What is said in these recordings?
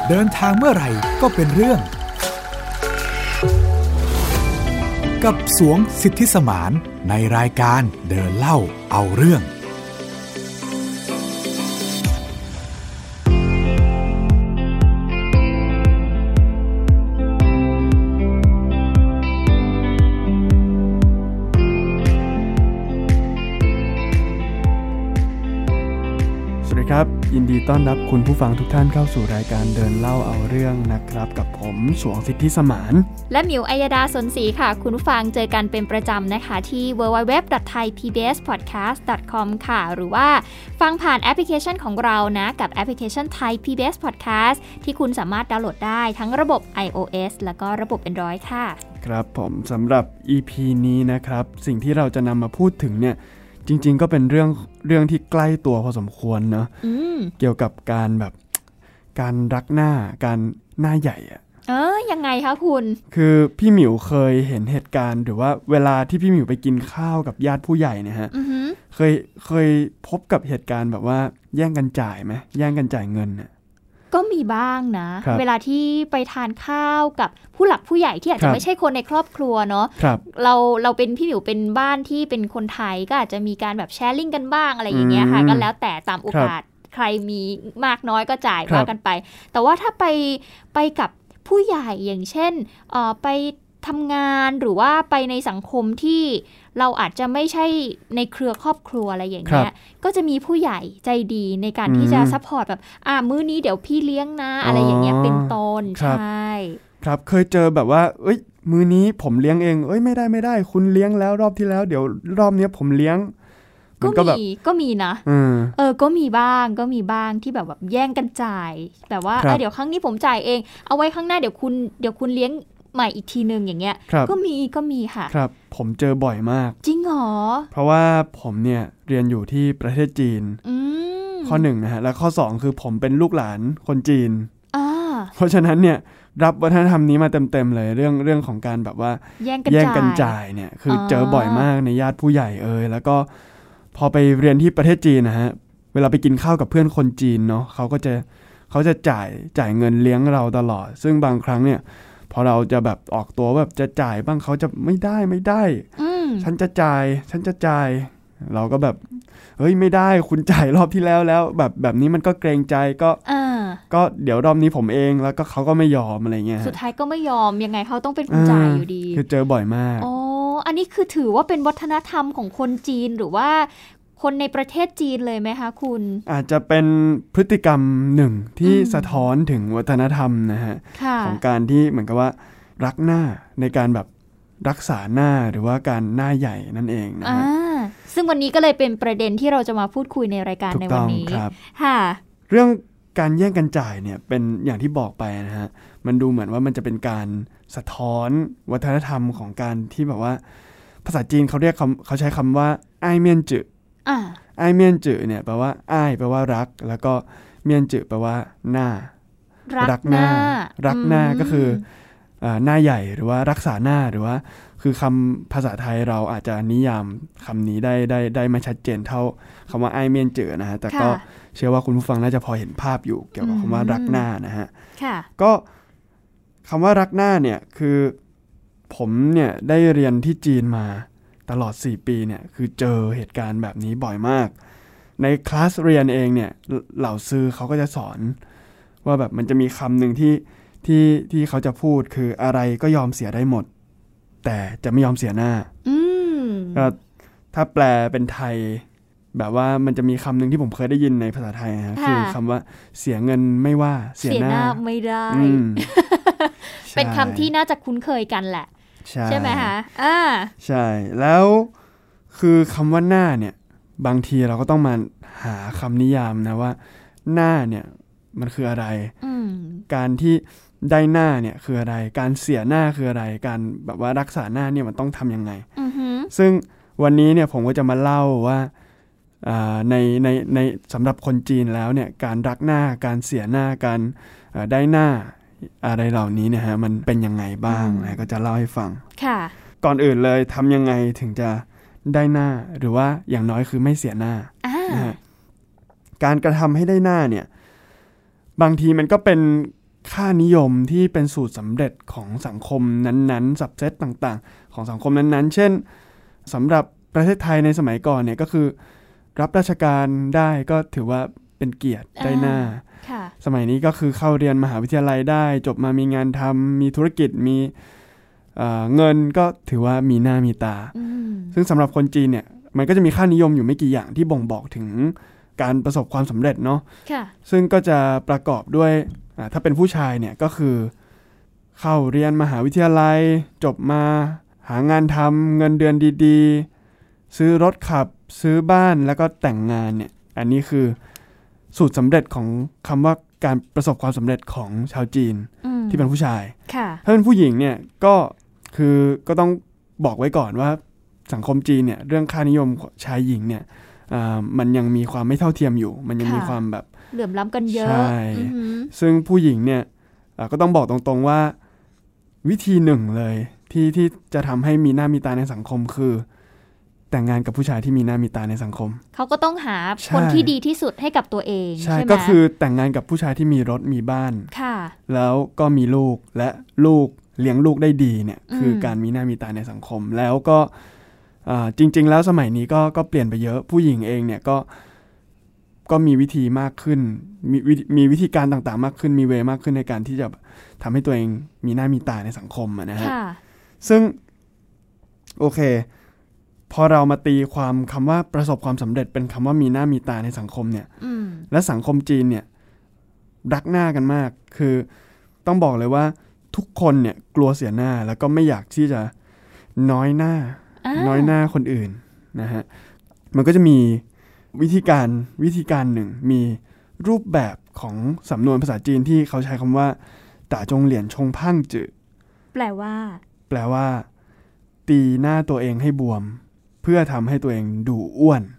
เดินทางเมื่อไหร่ก็เป็นเรื่องกับสวงสิทธิสมานในรายการเดินเล่าเอาเรื่องครับยินดีต้อนรับคุณผู้ฟังทุกท่านเข้าสู่รายการเดินเล่าเอาเรื่องนะครับกับผมสวงสิทธิสมานและหมิวอัยดาสนศรีค่ะคุณผู้ฟังเจอกันเป็นประจำนะคะที่ www.thaipbspodcast.com ค่ะหรือว่าฟังผ่านแอปพลิเคชันของเรานะกับแอปพลิเคชัน Thai PBS Podcast ที่คุณสามารถดาวน์โหลดได้ทั้งระบบ iOS แล้วก็ระบบ Android ค่ะครับผมสำหรับ EP นี้นะครับสิ่งที่เราจะนำมาพูดถึงเนี่ยจริงๆก็เป็นเรื่องที่ใกล้ตัวพอสมควรเนาะเกี่ยวกับการแบบการรักหน้าการหน้าใหญ่อะยังไงคะคุณคือพี่หมิวเคยเห็นเหตุการณ์หรือว่าเวลาที่พี่หมิวไปกินข้าวกับญาติผู้ใหญ่เนี่ยฮะเคยพบกับเหตุการณ์แบบว่าแย่งกันจ่ายไหมแย่งกันจ่ายเงินเนี่ยก็มีบ้างนะเวลาที่ไปทานข้าวกับผู้หลักผู้ใหญ่ที่อาจจะไม่ใช่คนในครอบครัวเนาะเราเป็นพี่หมิวเป็นบ้านที่เป็นคนไทยก็อาจจะมีการแบบแชร์ลิงก์กันบ้างอะไรอย่างเงี้ยค่ะก็แล้วแต่ตามโอกาสใครมีมากน้อยก็จ่ายว่ากันไปแต่ว่าถ้าไปกับผู้ใหญ่อย่างเช่นไปทำงานหรือว่าไปในสังคมที่เราอาจจะไม่ใช่ในเครือครอบครัวอะไรอย่างเงี้ยก็จะมีผู้ใหญ่ใจดีในการที่จะซัพพอร์ตแบบมื้อนี้เดี๋ยวพี่เลี้ยงนะอะไรอย่างเงี้ยเป็นต้นใช่ครับเคยเจอแบบว่ามื้อนี้ผมเลี้ยงเองไม่ได้คุณเลี้ยงแล้วรอบที่แล้วเดี๋ยวรอบนี้ผมเลี้ยงก็มีนะก็มีบ้างที่แบบแย่งกันจ่ายแบบว่าเดี๋ยวครั้งนี้ผมจ่ายเองเอาไว้ข้างหน้าเดี๋ยวคุณเลี้ยงใหม่อีกทีนึงอย่างเงี้ยก็มีค่ะครับผมเจอบ่อยมากจริงเหรอเพราะว่าผมเนี่ยเรียนอยู่ที่ประเทศจีนข้อ1นะฮะและข้อ2คือผมเป็นลูกหลานคนจีนเพราะฉะนั้นเนี่ยรับวัฒนธรรมนี้มาเต็มๆเลยเรื่องของการแบบว่าแย่งกันจ่ายเนี่ยคือเจอบ่อยมากในญาติผู้ใหญ่แล้วก็พอไปเรียนที่ประเทศจีนนะฮะเวลาไปกินข้าวกับเพื่อนคนจีนเนาะเขาจะจ่ายเงินเลี้ยงเราตลอดซึ่งบางครั้งเนี่ยพอเราจะแบบออกตัวแบบจะจ่ายบ้างเขาจะไม่ได้ฉันจะจ่ายเราก็แบบไม่ได้คุณจ่ายรอบที่แล้วแบบนี้มันก็เกรงใจก็เดี๋ยวรอบนี้ผมเองแล้วก็เขาก็ไม่ยอมอะไรเงี้ยสุดท้ายก็ไม่ยอมยังไงเขาต้องเป็นคนจ่ายอยู่ดีคือเจอบ่อยมากอันนี้คือถือว่าเป็นวัฒนธรรมของคนจีนหรือว่าคนในประเทศจีนเลยไหมคะคุณอาจจะเป็นพฤติกรรมหนึ่งที่สะท้อนถึงวัฒนธรรมนะฮะของการที่เหมือนกับว่ารักหน้าในการแบบรักษาหน้าหรือว่าการหน้าใหญ่นั่นเองนะฮะซึ่งวันนี้ก็เลยเป็นประเด็นที่เราจะมาพูดคุยในรายการในวันนี้ค่ะเรื่องการแย่งกันจ่ายเนี่ยเป็นอย่างที่บอกไปนะฮะมันดูเหมือนว่ามันจะเป็นการสะท้อนวัฒนธรรมของการที่แบบว่าภาษาจีนเขาใช้คำว่าไอเมียนจื่อไอเมียนจื่อเนี่ยแปลว่าไอแปลว่ารักแล้วก็เมียนจื่อแปลว่าหน้ารักหน้าก็คือหน้าใหญ่หรือว่ารักษาหน้าหรือว่าคือคำภาษาไทยเราอาจจะนิยามคำนี้ได้ไม่ชัดเจนเท่าคำว่าไอเมียนจื่อนะฮะแต่ก็เชื่อว่าคุณผู้ฟังน่าจะพอเห็นภาพอยู่เกี่ยวกับคำว่ารักหน้านะฮะก็คำว่ารักหน้าเนี่ยคือผมเนี่ยได้เรียนที่จีนมาตลอด4ปีเนี่ยคือเจอเหตุการณ์แบบนี้บ่อยมากในคลาสเรียนเองเนี่ยเหล่าซื่อเขาก็จะสอนว่าแบบมันจะมีคำหนึ่งที่เขาจะพูดคืออะไรก็ยอมเสียได้หมดแต่จะไม่ยอมเสียหน้าก็ถ้าแปลเป็นไทยแบบว่ามันจะมีคำหนึ่งที่ผมเคยได้ยินในภาษาไทยนะคือคำว่าเสียเงินไม่ว่าเสียหน้าไม่ได้ เป็นคำที่น่าจะคุ้นเคยกันแหละใช่ไหมคะใช่แล้วคือคำว่าหน้าเนี่ยบางทีเราก็ต้องมาหาคำนิยามนะว่าหน้าเนี่ยมันคืออะไรการที่ได้หน้าเนี่ยคืออะไรการเสียหน้าคืออะไรการแบบว่ารักษาหน้าเนี่ยมันต้องทำยังไงซึ่งวันนี้เนี่ยผมก็จะมาเล่าว่าในสำหรับคนจีนแล้วเนี่ยการรักหน้าการเสียหน้าการได้หน้าอะไรเหล่านี้นะฮะมันเป็นยังไงบ้างนะก็จะเล่าให้ฟังก่อนอื่นเลยทำยังไงถึงจะได้หน้าหรือว่าอย่างน้อยคือไม่เสียหน้าการกระทำให้ได้หน้าเนี่ยบางทีมันก็เป็นค่านิยมที่เป็นสูตรสำเร็จของสังคมนั้นๆ subset ต่างๆของสังคมนั้นๆเช่นสำหรับประเทศไทยในสมัยก่อนเนี่ยก็คือรับราชการได้ก็ถือว่าเป็นเกียรติได้หน้าสมัยนี้ก็คือเข้าเรียนมหาวิทยาลัยได้จบมามีงานทำมีธุรกิจมีเงินก็ถือว่ามีหน้ามีตาซึ่งสำหรับคนจีนเนี่ยมันก็จะมีค่านิยมอยู่ไม่กี่อย่างที่บ่งบอกถึงการประสบความสำเร็จเนาะซึ่งก็จะประกอบด้วยถ้าเป็นผู้ชายเนี่ยก็คือเข้าเรียนมหาวิทยาลัยจบมาหางานทำเงินเดือนดีๆซื้อรถขับซื้อบ้านแล้วก็แต่งงานเนี่ยอันนี้คือสูตรสำเร็จของคำว่าการประสบความสำเร็จของชาวจีนที่เป็นผู้ชายถ้าเป็นผู้หญิงเนี่ยก็ต้องบอกไว้ก่อนว่าสังคมจีนเนี่ยเรื่องค่านิยมชายหญิงเนี่ยมันยังมีความไม่เท่าเทียมอยู่มันยังมีความแบบเหลื่อมล้ำกันเยอะใช่ซึ่งผู้หญิงเนี่ยก็ต้องบอกตรงๆว่าวิธีหนึ่งเลยที่จะทำให้มีหน้ามีตาในสังคมคือแต่งงานกับผู้ชายที่มีหน้ามีตาในสังคมเขาก็ต้องหาคนที่ดีที่สุดให้กับตัวเองใช่ไหมก็คือแต่งงานกับผู้ชายที่มีรถมีบ้านแล้วก็มีลูกและลูกเลี้ยงลูกได้ดีเนี่ยคือการมีหน้ามีตาในสังคมแล้วก็จริงๆแล้วสมัยนี้ก็เปลี่ยนไปเยอะผู้หญิงเองเนี่ยก็มีวิธีมากขึ้นมีวิธีการต่างๆมากขึ้นมีเวมากขึ้นในการที่จะทำให้ตัวเองมีหน้ามีตาในสังคมนะฮะซึ่งโอเคพอเรามาตีความคำว่าประสบความสำเร็จเป็นคำว่ามีหน้ามีตาในสังคมเนี่ยและสังคมจีนเนี่ยรักหน้ากันมากคือต้องบอกเลยว่าทุกคนเนี่ยกลัวเสียหน้าแล้วก็ไม่อยากที่จะน้อยหน้าคนอื่นนะฮะมันก็จะมีวิธีการหนึ่งมีรูปแบบของสำนวนภาษาจีนที่เขาใช้คำว่าต่าจงเหลียนชงพั่งจื่อแปลว่าตีหน้าตัวเองให้บวมเพื่อทำให้ตัวเองดูอ้วน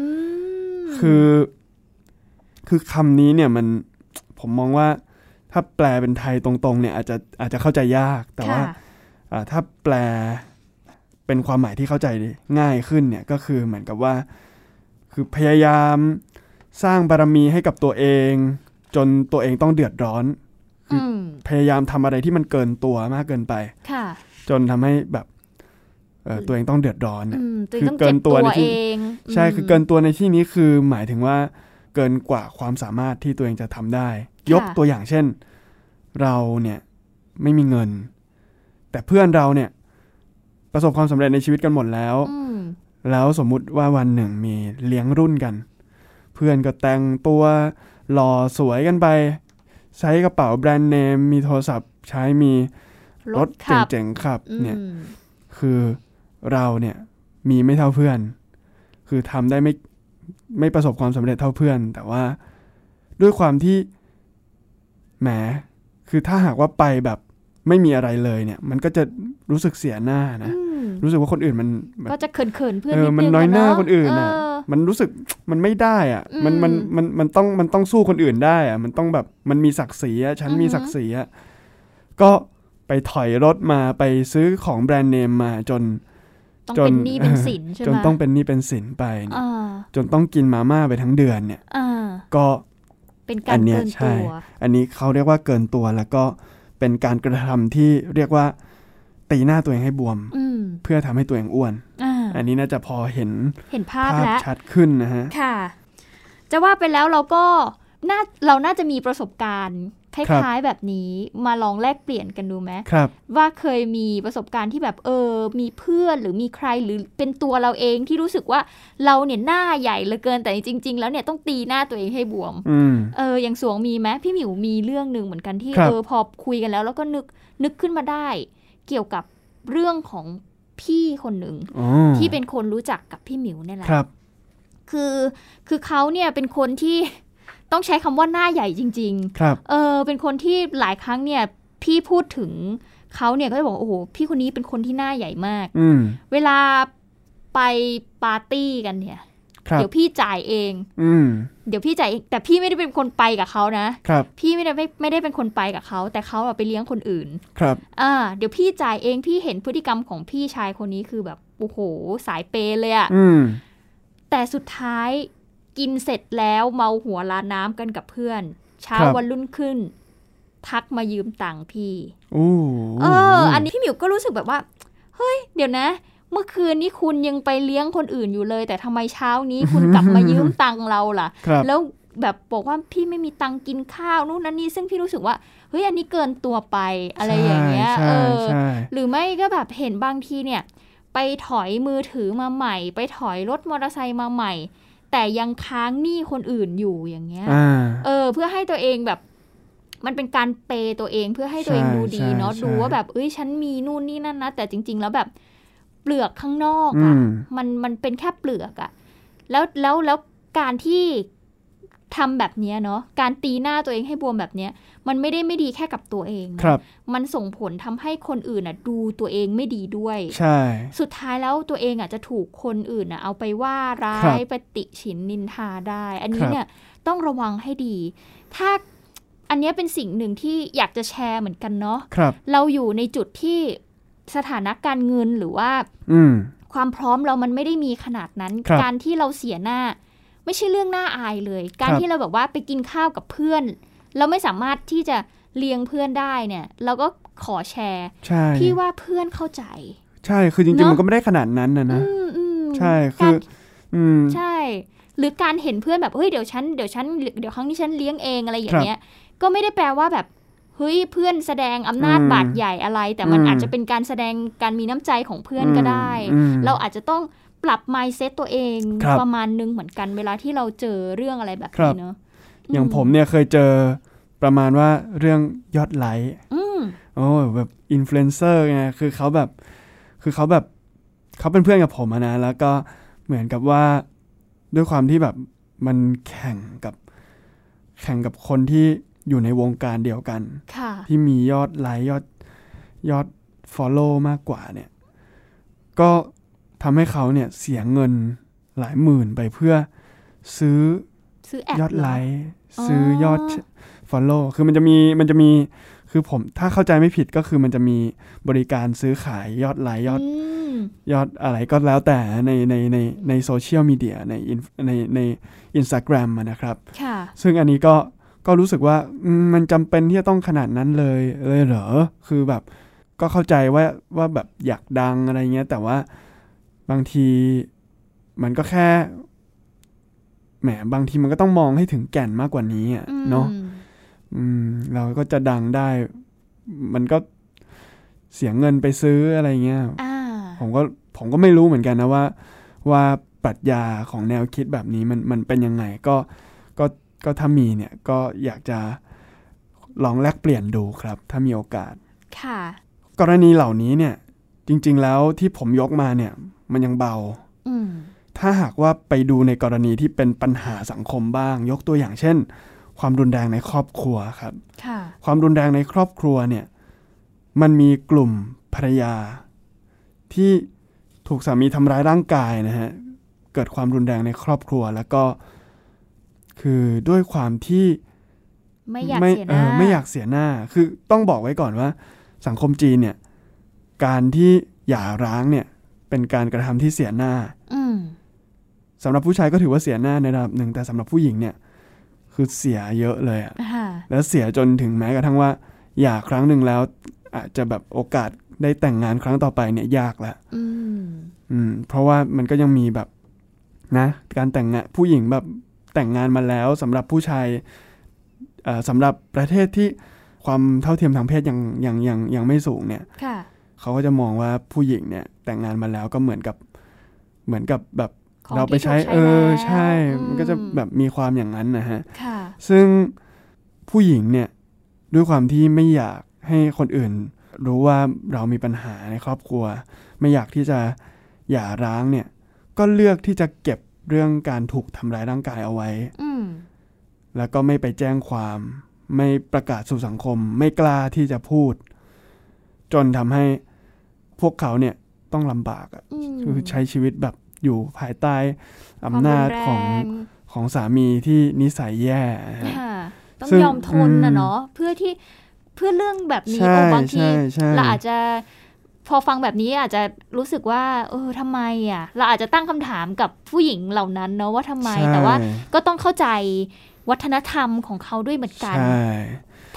คือคำนี้เนี่ยมันผมมองว่าถ้าแปลเป็นไทยตรงๆเนี่ยอาจจะเข้าใจยากแต่ว่าถ้าแปลเป็นความหมายที่เข้าใจง่ายขึ้นเนี่ยก็คือเหมือนกับว่าคือพยายามสร้างบารมีให้กับตัวเองจนตัวเองต้องเดือดร้อนคือพยายามทำอะไรที่มันเกินตัวมากเกินไปจนทำให้แบบตัวเองต้องเดือดร้อนคือเกินตัวในที่ใช่คือเกินตัวในที่นี้คือหมายถึงว่าเกินกว่าความสามารถที่ตัวเองจะทำได้ยกตัวอย่างเช่นเราเนี่ยไม่มีเงินแต่เพื่อนเราเนี่ยประสบความสำเร็จในชีวิตกันหมดแล้วสมมุติว่าวันหนึ่งมีเลี้ยงรุ่นกันเพื่อนก็แต่งตัวหล่อสวยกันไปใช้กระเป๋าแบรนด์เนมมีโทรศัพท์ใช้มีรถเจ๋งๆขับเนี่ยคือเราเนี่ยมีไม่เท่าเพื่อนคือทำได้ไม่ประสบความสำเร็จเท่าเพื่อนแต่ว่าด้วยความที่แหมคือถ้าหากว่าไปแบบไม่มีอะไรเลยเนี่ยมันก็จะรู้สึกเสียหน้านะรู้สึกว่าคนอื่นมันก็จะเขินเพื่อนนิดนึงมันน้อยหน้าคนอื่นอ่ะมันรู้สึกมันไม่ได้อ่ะมันต้องสู้คนอื่นได้อ่ะมันต้องแบบมันมีศักดิ์ศรีอ่ะฉันมีศักดิ์ศรีอ่ะก็ไปถอยรถมาไปซื้อของแบรนด์เนมมาจนเป็นหนี้เป็นสินใช่ไหมจนต้องเป็นหนี้เป็นสินไปจนต้องกินมาม่าไปทั้งเดือนเนี่ยก็เป็นการเกินตัวอันนี้เขาเรียกว่าเกินตัวแล้วก็เป็นการกระทำที่เรียกว่าตีหน้าตัวเองให้บวมเพื่อทำให้ตัวเองอ้วนอันนี้น่าจะพอเห็นภาพแล้วชัดขึ้นนะฮะค่ะจะว่าไปแล้วเราน่าจะมีประสบการณ์คล้ายๆแบบนี้มาลองแลกเปลี่ยนกันดูไหมว่าเคยมีประสบการณ์ที่แบบมีเพื่อนหรือมีใครหรือเป็นตัวเราเองที่รู้สึกว่าเราเนี่ยหน้าใหญ่เหลือเกินแต่จริงๆแล้วเนี่ยต้องตีหน้าตัวเองให้บวมอย่างสวงมีไหมพี่หมิวมีเรื่องนึงเหมือนกันที่พอคุยกันแล้วก็นึกขึ้นมาได้เกี่ยวกับเรื่องของพี่คนหนึ่งที่เป็นคนรู้จักกับพี่หมิวเนี่ยแหละคือเขาเนี่ยเป็นคนที่ต้องใช้คำว่าหน้าใหญ่จริงๆครับเป็นคนที่หลายครั้งเนี่ยพี่พูดถึงเขาเนี่ยก็จะบอกโอ้โหพี่คนนี้เป็นคนที่หน้าใหญ่มากเวลาไปปาร์ตี้กันเนี่ยเดี๋ยวพี่จ่ายเองเดี๋ยวพี่จ่ายแต่พี่ไม่ได้เป็นคนไปกับเขานะพี่ไม่ได้เป็นคนไปกับเขาแต่เขาไปเลี้ยงคนอื่นครับเดี๋ยวพี่จ่ายเองพี่เห็นพฤติกรรมของพี่ชายคนนี้คือแบบโอ้โหสายเปย์เลยอะแต่สุดท้ายกินเสร็จแล้วเมาหัวลาน้ำกันกับเพื่อนเช้าวันรุ่งขึ้นทักมายืมตังค์พี่อัอันนี้พี่หมิวก็รู้สึกแบบว่าเฮ้ยเดี๋ยวนะเมื่อคืนนี้คุณยังไปเลี้ยงคนอื่นอยู่เลยแต่ทำไมเช้านี้คุณกลับมายืมตังค์เราล่ะแล้วแบบบอกว่าพี่ไม่มีตังค์กินข้าวนู่นนั่นนี่ซึ่งพี่รู้สึกว่าเฮ้ยอันนี้เกินตัวไปอะไรอย่างเงี้ยหรือไม่ก็แบบเห็นบางทีเนี่ยไปถอยมือถือมาใหม่ไปถอยรถมอเตอร์ไซค์มาใหม่แต่ยังค้างหนี้คนอื่นอยู่อย่างเงี้ยเพื่อให้ตัวเองแบบมันเป็นการเปย์ตัวเองเพื่อให้ตัวเองดูดีเนาะดูว่าแบบฉันมีนู่นนี่นั่นนะแต่จริงๆแล้วแบบเปลือกข้างนอกอ่ะมันเป็นแค่เปลือกอ่ะแล้วการที่ทำแบบนี้เนาะการตีหน้าตัวเองให้บวมแบบนี้มันไม่ได้ไม่ดีแค่กับตัวเองมันส่งผลทำให้คนอื่นอ่ะดูตัวเองไม่ดีด้วยใช่สุดท้ายแล้วตัวเองอ่ะจะถูกคนอื่นอ่ะเอาไปว่าร้ายไปติฉินนินทาได้อันนี้เนี่ยต้องระวังให้ดีถ้าอันนี้เป็นสิ่งหนึ่งที่อยากจะแชร์เหมือนกันเนาะเราอยู่ในจุดที่สถานะการเงินหรือว่าความพร้อมเรามันไม่ได้มีขนาดนั้นการที่เราเสียหน้าไม่ใช่เรื่องน่าอายเลยการที่เราแบบว่าไปกินข้าวกับเพื่อนเราไม่สามารถที่จะเลี้ยงเพื่อนได้เนี่ยเราก็ขอแชร์พี่ว่าเพื่อนเข้าใจใช่คือจริงๆมันก็ไม่ได้ขนาดนั้นนะใช่คือใช่หรือการเห็นเพื่อนแบบเฮ้ยเดี๋ยวครั้งนี้ฉันเลี้ยงเองอะไรอย่างเงี้ยก็ไม่ได้แปลว่าแบบเฮ้ยเพื่อนแสดงอำนาจบาดใหญ่อะไรแต่มันอาจจะเป็นการแสดงการมีน้ำใจของเพื่อนก็ได้เราอาจจะต้องปรับ mindset ตัวเองประมาณนึงเหมือนกันเวลาที่เราเจอเรื่องอะไรแบบนี้เนอะอย่างผมเนี่ยเคยเจอประมาณว่าเรื่องยอดไลค์แบบอินฟลูเอนเซอร์ไงคือเขาเป็นเพื่อนกับผมนะแล้วก็เหมือนกับว่าด้วยความที่แบบมันแข่งกับคนที่อยู่ในวงการเดียวกันที่มียอดไลค์ยอด follow มากกว่าเนี่ยก็ทำให้เขาเนี่ยเสียเงินหลายหมื่นไปเพื่อซื้อยอดไลค์ซื้อยอด follow คือมันจะมีคือผมถ้าเข้าใจไม่ผิดก็คือมันจะมีบริการซื้อขายยอดไลค์ยอดอะไรก็แล้วแต่ในโซเชียลมีเดียใน Instagram นะครับซึ่งอันนี้ก็รู้สึกว่ามันจำเป็นที่จะต้องขนาดนั้นเลยเหรอคือแบบก็เข้าใจว่าแบบอยากดังอะไรเงี้ยแต่ว่าบางทีมันก็แค่แหมบางทีมันก็ต้องมองให้ถึงแก่นมากกว่านี้เนาะเราก็จะดังได้มันก็เสียเงินไปซื้ออะไรเงี้ยผมก็ไม่รู้เหมือนกันนะว่าปรัชญาของแนวคิดแบบนี้มันเป็นยังไงก็ถ้ามีเนี่ยก็อยากจะลองแลกเปลี่ยนดูครับถ้ามีโอกาสค่ะกรณีเหล่านี้เนี่ยจริงๆแล้วที่ผมยกมาเนี่ยมันยังเบาถ้าหากว่าไปดูในกรณีที่เป็นปัญหาสังคมบ้างยกตัวอย่างเช่นความรุนแรงในครอบครัวครับความรุนแรงในครอบครัวเนี่ยมันมีกลุ่มภรรยาที่ถูกสามีทำร้ายร่างกายนะฮะเกิดความรุนแรงในครอบครัวแล้วก็คือด้วยความที่ไม่อยากเสียหน้าคือต้องบอกไว้ก่อนว่าสังคมจีนเนี่ยการที่หย่าร้างเนี่ยเป็นการกระทำที่เสียหน้าสำหรับผู้ชายก็ถือว่าเสียหน้าในระดับหนึ่งแต่สำหรับผู้หญิงเนี่ยคือเสียเยอะเลยแล้วเสียจนถึงแม้กระทั่งว่าหย่าครั้งหนึ่งแล้วอาจจะแบบโอกาสได้แต่งงานครั้งต่อไปเนี่ยยากแล้วเพราะว่ามันก็ยังมีแบบนะการแต่งงานผู้หญิงแบบแต่งงานมาแล้วสำหรับผู้ชายสำหรับประเทศที่ความเท่าเทียมทางเพศยังไม่สูงเนี่ยเขาก็จะมองว่าผู้หญิงเนี่ยแต่งงานมาแล้วก็เหมือนกับแบบเราไปใช้ใช่มันก็จะแบบมีความอย่างนั้นนะฮะซึ่งผู้หญิงเนี่ยด้วยความที่ไม่อยากให้คนอื่นรู้ว่าเรามีปัญหาในครอบครัวไม่อยากที่จะหย่าร้างเนี่ยก็เลือกที่จะเก็บเรื่องการถูกทำร้ายร่างกายเอาไว้แล้วก็ไม่ไปแจ้งความไม่ประกาศสู่สังคมไม่กล้าที่จะพูดจนทำให้พวกเขาเนี่ยต้องลำบากคือใช้ชีวิตแบบอยู่ภายใต้อำนาจของสามีที่นิสัยแย่ต้องยอมทนนะเนาะเพื่อเรื่องแบบนี้บางทีเราอาจจะพอฟังแบบนี้อาจจะรู้สึกว่าทำไมเราอาจจะตั้งคำถามกับผู้หญิงเหล่านั้นเนาะว่าทำไมแต่ว่าก็ต้องเข้าใจวัฒนธรรมของเขาด้วยเหมือนกัน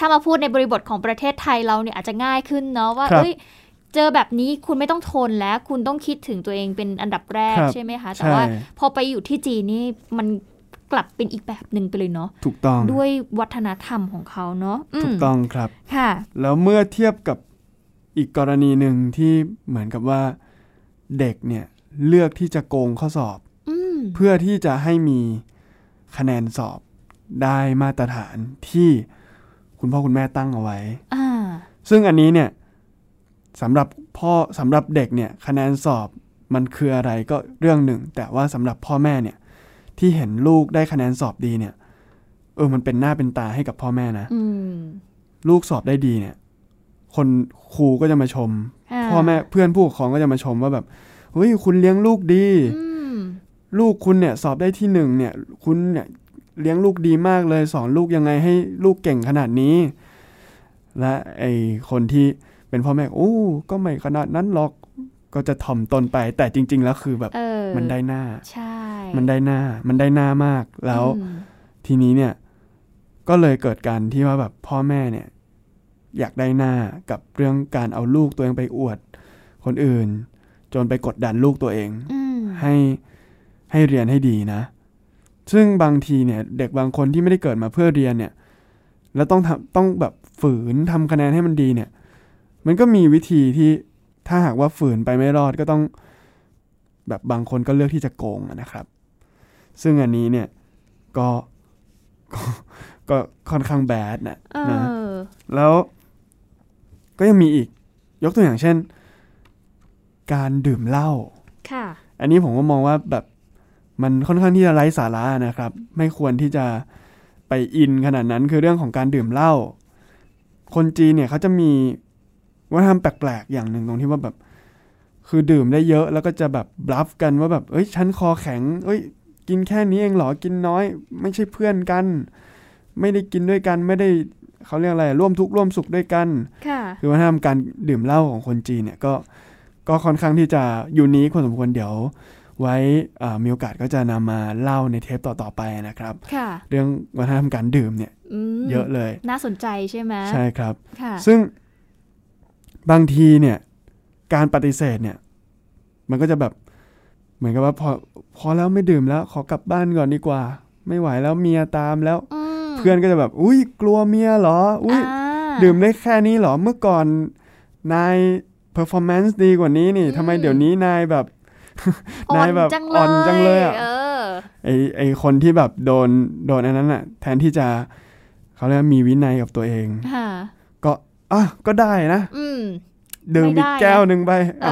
ถ้ามาพูดในบริบทของประเทศไทยเราเนี่ยอาจจะง่ายขึ้นเนาะว่าเจอแบบนี้คุณไม่ต้องทนแล้วคุณต้องคิดถึงตัวเองเป็นอันดับแรกใช่ไหมคะแต่ว่าพอไปอยู่ที่จีนนี่มันกลับเป็นอีกแบบหนึ่งไปเลยเนาะถูกต้องด้วยวัฒนธรรมของเขาเนาะถูกต้องครับค่ะแล้วเมื่อเทียบกับอีกกรณีหนึ่งที่เหมือนกับว่าเด็กเนี่ยเลือกที่จะโกงข้อสอบเพื่อที่จะให้มีคะแนนสอบได้มาตรฐานที่คุณพ่อคุณแม่ตั้งเอาไว้ซึ่งอันนี้เนี่ยสำหรับเด็กเนี่ยคะแนนสอบมันคืออะไรก็เรื่องหนึ่งแต่ว่าสำหรับพ่อแม่เนี่ยที่เห็นลูกได้คะแนนสอบดีเนี่ยมันเป็นหน้าเป็นตาให้กับพ่อแม่นะลูกสอบได้ดีเนี่ยคนครูก็จะมาชมพ่อแม่เพื่อนผู้ปกครองก็จะมาชมว่าแบบเฮ้ยคุณเลี้ยงลูกดีลูกคุณเนี่ยสอบได้ที่หนึ่งเนี่ยคุณเนี่ยเลี้ยงลูกดีมากเลยสอนลูกยังไงให้ลูกเก่งขนาดนี้และไอคนที่เป็นพ่อแม่ก็ไม่ขนาดนั้นหรอกก็จะถ่อมตนไปแต่จริงๆแล้วคือแบบมันได้หน้าใช่มันได้หน้ามากแล้วทีนี้เนี่ยก็เลยเกิดการที่ว่าแบบพ่อแม่เนี่ยอยากได้หน้ากับเรื่องการเอาลูกตัวเองไปอวดคนอื่นจนไปกดดันลูกตัวเองให้เรียนให้ดีนะซึ่งบางทีเนี่ยเด็กบางคนที่ไม่ได้เกิดมาเพื่อเรียนเนี่ยแล้วต้องแบบฝืนทำคะแนนให้มันดีเนี่ยมันก็มีวิธีที่ถ้าหากว่าฝืนไปไม่รอดก็ต้องแบบบางคนก็เลือกที่จะโกงนะครับซึ่งอันนี้เนี่ยก็ค่อนข้างแบดนะแล้วก็ยังมีอีกยกตัวอย่างเช่นการดื่มเหล้าอันนี้ผมก็มองว่าแบบมันค่อนข้างที่จะไร้สาระนะครับไม่ควรที่จะไปอินขนาดนั้นคือเรื่องของการดื่มเหล้าคนจีนเนี่ยเขาจะมีวัฒนธรรมแปลกๆอย่างหนึ่งตรงที่ว่าแบบคือดื่มได้เยอะแล้วก็จะแบบบลัฟกันว่าแบบฉันคอแข็งกินแค่นี้เองเหรอกินน้อยไม่ใช่เพื่อนกันไม่ได้กินด้วยกันไม่ได้เขาเรียกอะไรร่วมทุกข์ร่วมสุขด้วยกันคือวัฒนธรรมการดื่มเหล้าของคนจีนเนี่ยก็ค่อนข้างที่จะยูนิคพอสมควรเดี๋ยวไว้มีโอกาสก็จะนำมาเล่าในเทปต่อๆไปนะครับเรื่องวัฒนธรรมการดื่มเนี่ยเยอะเลยน่าสนใจใช่ไหมใช่ครับซึ่งบางทีเนี่ยการปฏิเสธเนี่ยมันก็จะแบบเหมือนกับว่าพอแล้วไม่ดื่มแล้วขอกลับบ้านก่อนดีกว่าไม่ไหวแล้วเมียตามแล้วเพื่อนก็จะแบบอุ้ยกลัวเมียเหรออุ้ยดื่มได้แค่นี้เหรอเมื่อก่อนนายperformance ดีกว่านี้นี่ทำไมเดี๋ยวนี้นายแบบนายแบบอ่อนจังเลยอ่ะไอคนที่แบบโดนอันนั้นอ่ะแทนที่จะเขาเรียกมีวินัยกับตัวเองก็ได้นะดื่มอีกแก้วนึงไป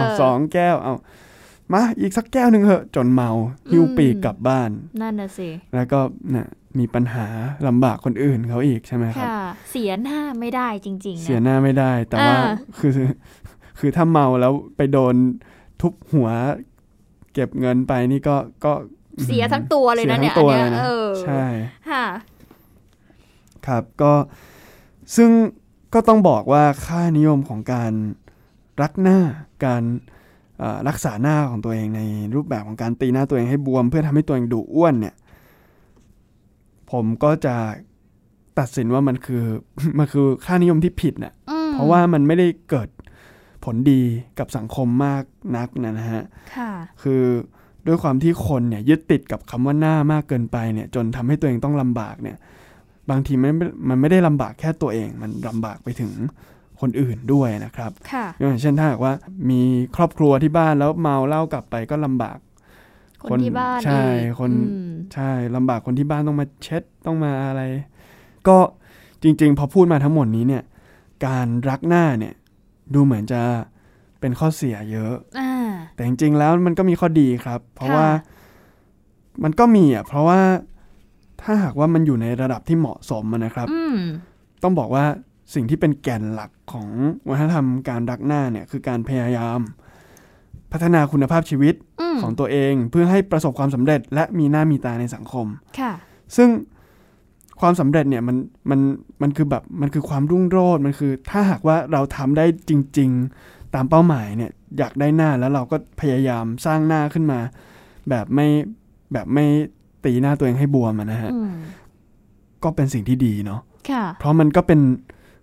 2 แก้วมาอีกสักแก้วนึงเหอะจนเมาหิ้วปีกกลับบ้านนั่นน่ะสิแล้วก็น่ะมีปัญหาลำบากคนอื่นเขาอีกใช่ไหมครับเสียหน้าไม่ได้จริงๆเสียหน้าไม่ได้แต่ว่าคือถ้าเมาแล้วไปโดนทุบหัวเก็บเงินไปนี่ก็เสียทั้งตัวเลยนะเนี่ยใช่ค่ะครับก็ซึ่งก็ต้องบอกว่าค่านิยมของการรักหน้าการรักษาหน้าของตัวเองในรูปแบบของการตีหน้าตัวเองให้บวมเพื่อทำให้ตัวเองดูอ้วนเนี่ยผมก็จะตัดสินว่ามันคือค่านิยมที่ผิดน่ะเพราะว่ามันไม่ได้เกิดผลดีกับสังคมมากนักนะฮะคือด้วยความที่คนเนี่ยยึดติดกับคำว่าหน้ามากเกินไปเนี่ยจนทำให้ตัวเองต้องลำบากเนี่ยบางทีมันไม่ได้ลำบากแค่ตัวเองมันลำบากไปถึงคนอื่นด้วยนะครับอย่างเช่นถ้าหากว่ามีครอบครัวที่บ้านแล้วเมาเหล้ากลับไปก็ลำบากคนที่บ้านใช่ใช่ลำบากคนที่บ้านต้องมาเช็ดต้องมาอะไรก็จริงๆพอพูดมาทั้งหมดนี้เนี่ยการรักหน้าเนี่ยดูเหมือนจะเป็นข้อเสียเยอะแต่จริงๆแล้วมันก็มีข้อดีครับเพราะว่ามันก็มีเพราะว่าถ้าหากว่ามันอยู่ในระดับที่เหมาะสมนะครับต้องบอกว่าสิ่งที่เป็นแก่นหลักของวัฒนธรรมการรักหน้าเนี่ยคือการพยายามพัฒนาคุณภาพชีวิตของตัวเองเพื่อให้ประสบความสำเร็จและมีหน้ามีตาในสังคมซึ่งความสำเร็จเนี่ยมันคือแบบมันคือความรุ่งโรจน์มันคือถ้าหากว่าเราทำได้จริงๆตามเป้าหมายเนี่ยอยากได้หน้าแล้วเราก็พยายามสร้างหน้าขึ้นมาแบบไม่ตีหน้าตัวเองให้บวมนะฮะก็เป็นสิ่งที่ดีเนาะเพราะมันก็เป็น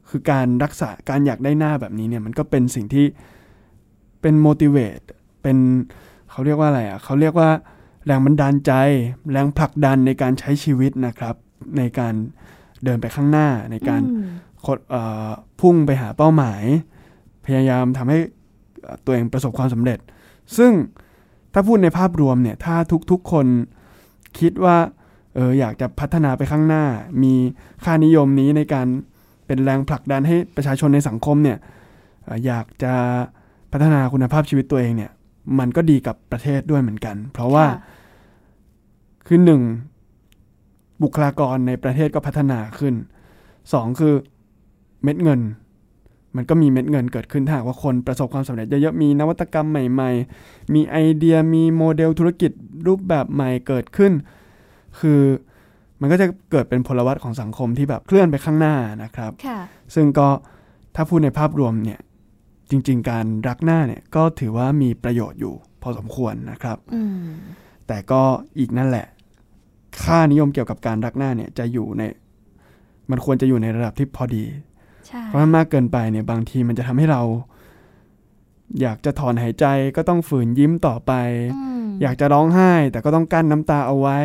คือการรักษาการอยากได้หน้าแบบนี้เนี่ยมันก็เป็นสิ่งที่เป็น motivate เป็นเขาเรียกว่าอะไรอ่ะเขาเรียกว่าแรงบันดาลใจแรงผลักดันในการใช้ชีวิตนะครับในการเดินไปข้างหน้าในการพุ่งไปหาเป้าหมายพยายามทำให้ตัวเองประสบความสำเร็จซึ่งถ้าพูดในภาพรวมเนี่ยถ้าทุกๆคนคิดว่าอยากจะพัฒนาไปข้างหน้ามีค่านิยมนี้ในการเป็นแรงผลักดันให้ประชาชนในสังคมเนี่ยอยากจะพัฒนาคุณภาพชีวิตตัวเองเนี่ยมันก็ดีกับประเทศด้วยเหมือนกันเพราะว่าคือหนึ่งบุคลากรในประเทศก็พัฒนาขึ้นสองคือเม็ดเงินมันก็มีเม็ดเงินเกิดขึ้นถ้าหากว่าคนประสบความสำเร็จเยอะๆมีนวัตกรรมใหม่ๆมีไอเดียมีโมเดลธุรกิจรูปแบบใหม่เกิดขึ้นคือมันก็จะเกิดเป็นพลวัตของสังคมที่แบบเคลื่อนไปข้างหน้านะครับซึ่งก็ถ้าพูดในภาพรวมเนี่ยจริงๆการรักหน้าเนี่ยก็ถือว่ามีประโยชน์อยู่พอสมควรนะครับแต่ก็อีกนั่นแหละค่านิยมเกี่ยวกับการรักหน้าเนี่ยจะอยู่ในมันควรจะอยู่ในระดับที่พอดีเพราะมันมากเกินไปเนี่ยบางทีมันจะทำให้เราอยากจะถอนหายใจก็ต้องฝืนยิ้มต่อไปอยากจะร้องไห้แต่ก็ต้องกั้นน้ำตาเอาไว้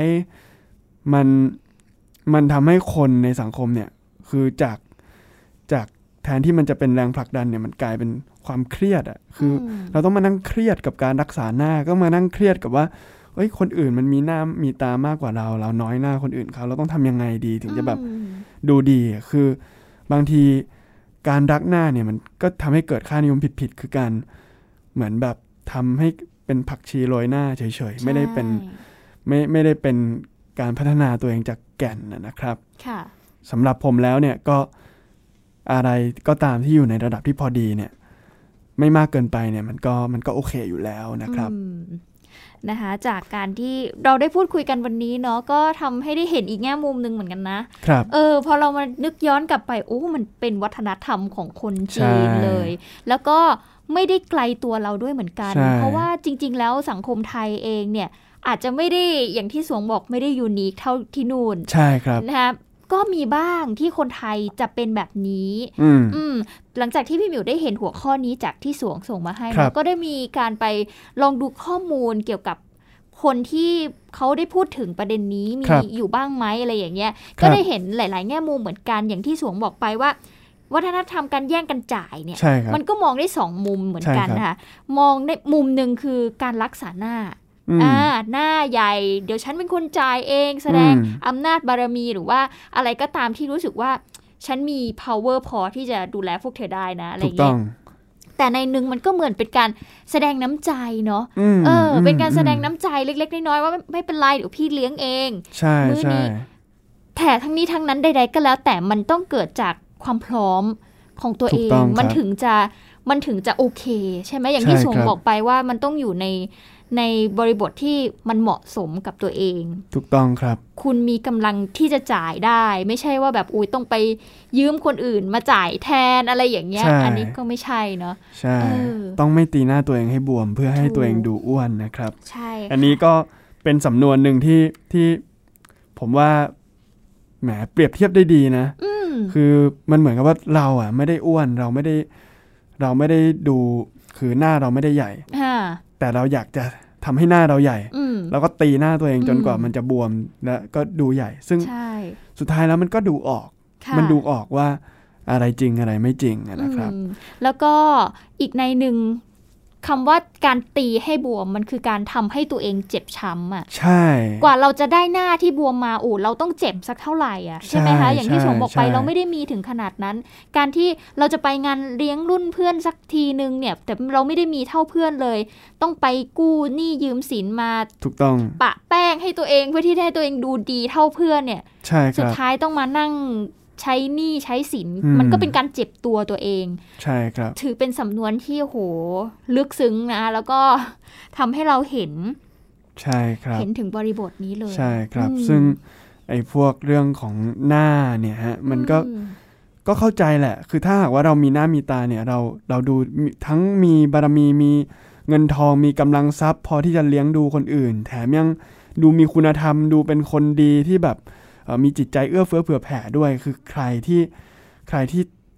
มันทำให้คนในสังคมเนี่ยคือจากแทนที่มันจะเป็นแรงผลักดันเนี่ยมันกลายเป็นความเครียดอ่ะคือเราต้องมานั่งเครียดกับการรักษาหน้าก็มานั่งเครียดกับว่าเฮ้ยคนอื่นมันมีหน้ามีตามากกว่าเราน้อยหน้าคนอื่นเขาเราต้องทำยังไงดีถึงจะแบบดูดีคือบางทีการรักหน้าเนี่ยมันก็ทำให้เกิดค่านิยมผิดคือการเหมือนแบบทำให้เป็นผักชีโรยหน้าเฉยๆไม่ได้เป็นการพัฒนาตัวเองจากแก่นนะครับสำหรับผมแล้วเนี่ยก็อะไรก็ตามที่อยู่ในระดับที่พอดีเนี่ยไม่มากเกินไปเนี่ยมันก็โอเคอยู่แล้วนะครับนะคะจากการที่เราได้พูดคุยกันวันนี้เนาะก็ทำให้ได้เห็นอีกแง่มุมนึงเหมือนกันนะครับพอเรามานึกย้อนกลับไปมันเป็นวัฒนธรรมของคนจีนเลยแล้วก็ไม่ได้ไกลตัวเราด้วยเหมือนกันเพราะว่าจริงๆแล้วสังคมไทยเองเนี่ยอาจจะไม่ได้อย่างที่สวงบอกไม่ได้ยูนิคเท่าที่นู่นใช่ครับนะคะก็มีบ้างที่คนไทยจะเป็นแบบนี้หลังจากที่พี่หมิวได้เห็นหัวข้อนี้จากที่สวงส่งมาให้ก็ได้มีการไปลองดูข้อมูลเกี่ยวกับคนที่เขาได้พูดถึงประเด็นนี้มีอยู่บ้างไหมอะไรอย่างเงี้ยก็ได้เห็นหลายๆแง่มุมเหมือนกันอย่างที่สวงบอกไปว่าวัฒนธรรมการแย่งกันจ่ายเนี่ยมันก็มองได้2มุมเหมือนกันนะคะมองในมุมนึงคือการรักษาหน้าหน้าใหญ่เดี๋ยวฉันเป็นคนจ่ายเองแสดงอำนาจบารมีหรือว่าอะไรก็ตามที่รู้สึกว่าฉันมี power พอที่จะดูแลพวกเธอได้นะอะไรอย่างเงี้ยแต่ในนึงมันก็เหมือนเป็นการแสดงน้ำใจเนาะเป็นการแสดงน้ำใจเล็กๆน้อยๆว่าไม่เป็นไรเดี๋ยวพี่เลี้ยงเองมื้อนี้แต่ทั้งนี้ทั้งนั้นใดๆก็แล้วแต่มันต้องเกิดจากความพร้อมของตัวเองมันถึงจะโอเคใช่ไหมอย่างที่สงบอกไปว่ามันต้องอยู่ในบริบทที่มันเหมาะสมกับตัวเองถูกต้องครับคุณมีกำลังที่จะจ่ายได้ไม่ใช่ว่าแบบต้องไปยืมคนอื่นมาจ่ายแทนอะไรอย่างเงี้ยอันนี้ก็ไม่ใช่เนาะใช่ต้องไม่ตีหน้าตัวเองให้บวมเพื่อให้ตัวเองดูอ้วนนะครับใช่อันนี้ก็เป็นสำนวนหนึ่งที่ผมว่าแหมเปรียบเทียบได้ดีนะคือมันเหมือนกับว่าเราอ่ะไม่ได้อ้วนเราไม่ได้ดูคือหน้าเราไม่ได้ใหญ่แต่เราอยากจะทำให้หน้าเราใหญ่แล้วก็ตีหน้าตัวเองจนกว่ามันจะบวมแล้วก็ดูใหญ่ซึ่งสุดท้ายแล้วมันก็ดูออกมันดูออกว่าอะไรจริงอะไรไม่จริงนะครับแล้วก็อีกในหนึ่งคำว่าการตีให้บวมมันคือการทำให้ตัวเองเจ็บช้ำอ่ะใช่กว่าเราจะได้หน้าที่บวมมาเราต้องเจ็บสักเท่าไหร่อ่ะใช่ไหมคะอย่างที่สมบอกไปเราไม่ได้มีถึงขนาดนั้นการที่เราจะไปงานเลี้ยงรุ่นเพื่อนสักทีนึงเนี่ยแต่เราไม่ได้มีเท่าเพื่อนเลยต้องไปกู้หนี้ยืมสินมาถูกต้องปะแป้งให้ตัวเองเพื่อที่ให้ตัวเองดูดีเท่าเพื่อนเนี่ยใช่ครับสุดท้ายต้องมานั่งใช้หนี้ใช้สินมันก็เป็นการเจ็บตัวเองใช่ครับถือเป็นสำนวนที่ลึกซึ้งนะแล้วก็ทำให้เราเห็นใช่ครับเห็นถึงบริบทนี้เลยใช่ครับซึ่งไอ้พวกเรื่องของหน้าเนี่ยฮะมันก็เข้าใจแหละคือถ้าหากว่าเรามีหน้ามีตาเนี่ยเราดูทั้งมีบารมีมีเงินทองมีกำลังทรัพย์พอที่จะเลี้ยงดูคนอื่นแถมยังดูมีคุณธรรมดูเป็นคนดีที่แบบมีจิตใจเอื้อเฟื้อเผื่อแผ่ด้วยคือใครที่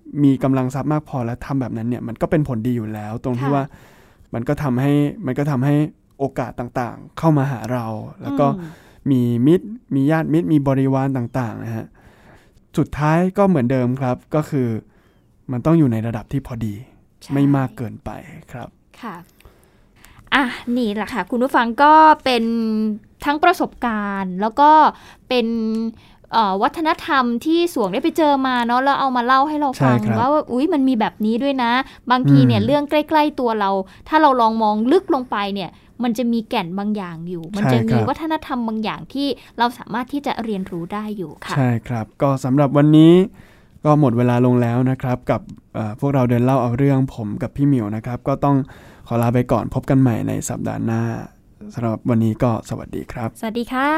มีกำลังทรัพย์มากพอแล้วทำแบบนั้นเนี่ยมันก็เป็นผลดีอยู่แล้วตรงที่ว่ามันก็ทำให้โอกาสต่างๆเข้ามาหาเราแล้วก็มีมิตรมีญาติมิตรมีบริวารต่างๆนะฮะสุดท้ายก็เหมือนเดิมครับก็คือมันต้องอยู่ในระดับที่พอดีไม่มากเกินไปครับค่ะนี่แหละค่ะคุณผู้ฟังก็เป็นทั้งประสบการณ์แล้วก็เป็นวัฒนธรรมที่สวงได้ไปเจอมาเนาะแล้วเอามาเล่าให้เราฟังว่าอุ๊ยมันมีแบบนี้ด้วยนะบางทีเนี่ยเรื่องใกล้ๆตัวเราถ้าเราลองมองลึกลงไปเนี่ยมันจะมีแก่นบางอย่างอยู่มันจะมีวัฒนธรรมบางอย่างที่เราสามารถที่จะเรียนรู้ได้อยู่ค่ะใช่ครับก็สำหรับวันนี้ก็หมดเวลาลงแล้วนะครับกับพวกเราเดินเล่าเอาเรื่องผมกับพี่หมิวนะครับก็ต้องขอลาไปก่อนพบกันใหม่ในสัปดาห์หน้าสำหรับวันนี้ก็สวัสดีครับสวัสดีค่ะ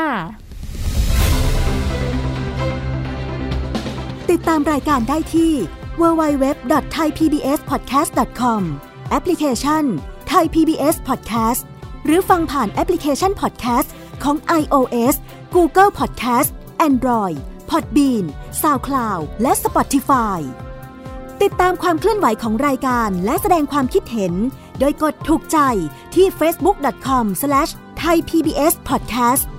ติดตามรายการได้ที่ www.thaipbspodcast.com แอปพลิเคชัน Thai PBS Podcast หรือฟังผ่านแอปพลิเคชัน Podcast ของ iOS Google Podcast Android Podbean SoundCloud และ Spotify ติดตามความเคลื่อนไหวของรายการและแสดงความคิดเห็นโดยกดถูกใจที่ facebook.com/thaipbspodcast